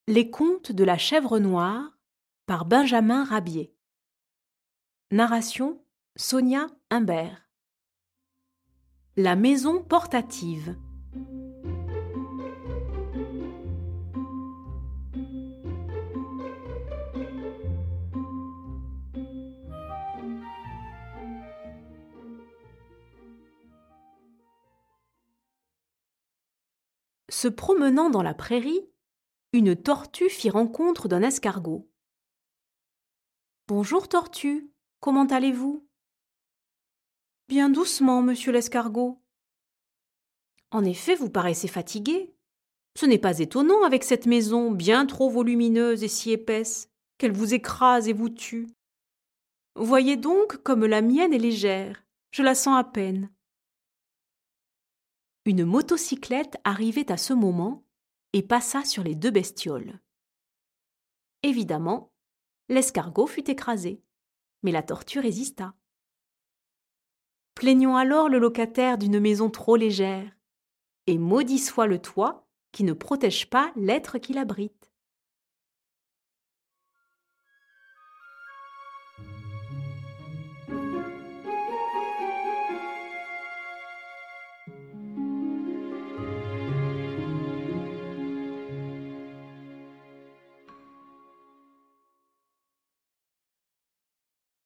Les contes de la chèvre noire par Benjamin Rabier. Narration Sonia Humbert. La maison portative. Se promenant dans la prairie, une tortue fit rencontre d'un escargot. « Bonjour tortue, comment allez-vous ?»« Bien doucement, monsieur l'escargot. »« En effet, vous paraissez fatigué. Ce n'est pas étonnant avec cette maison bien trop volumineuse et si épaisse, qu'elle vous écrase et vous tue. Voyez donc comme la mienne est légère, je la sens à peine. » Une motocyclette arrivait à ce moment et passa sur les deux bestioles. Évidemment, l'escargot fut écrasé, mais la tortue résista. Plaignons alors le locataire d'une maison trop légère, et maudit soit le toit qui ne protège pas l'être qui l'abrite.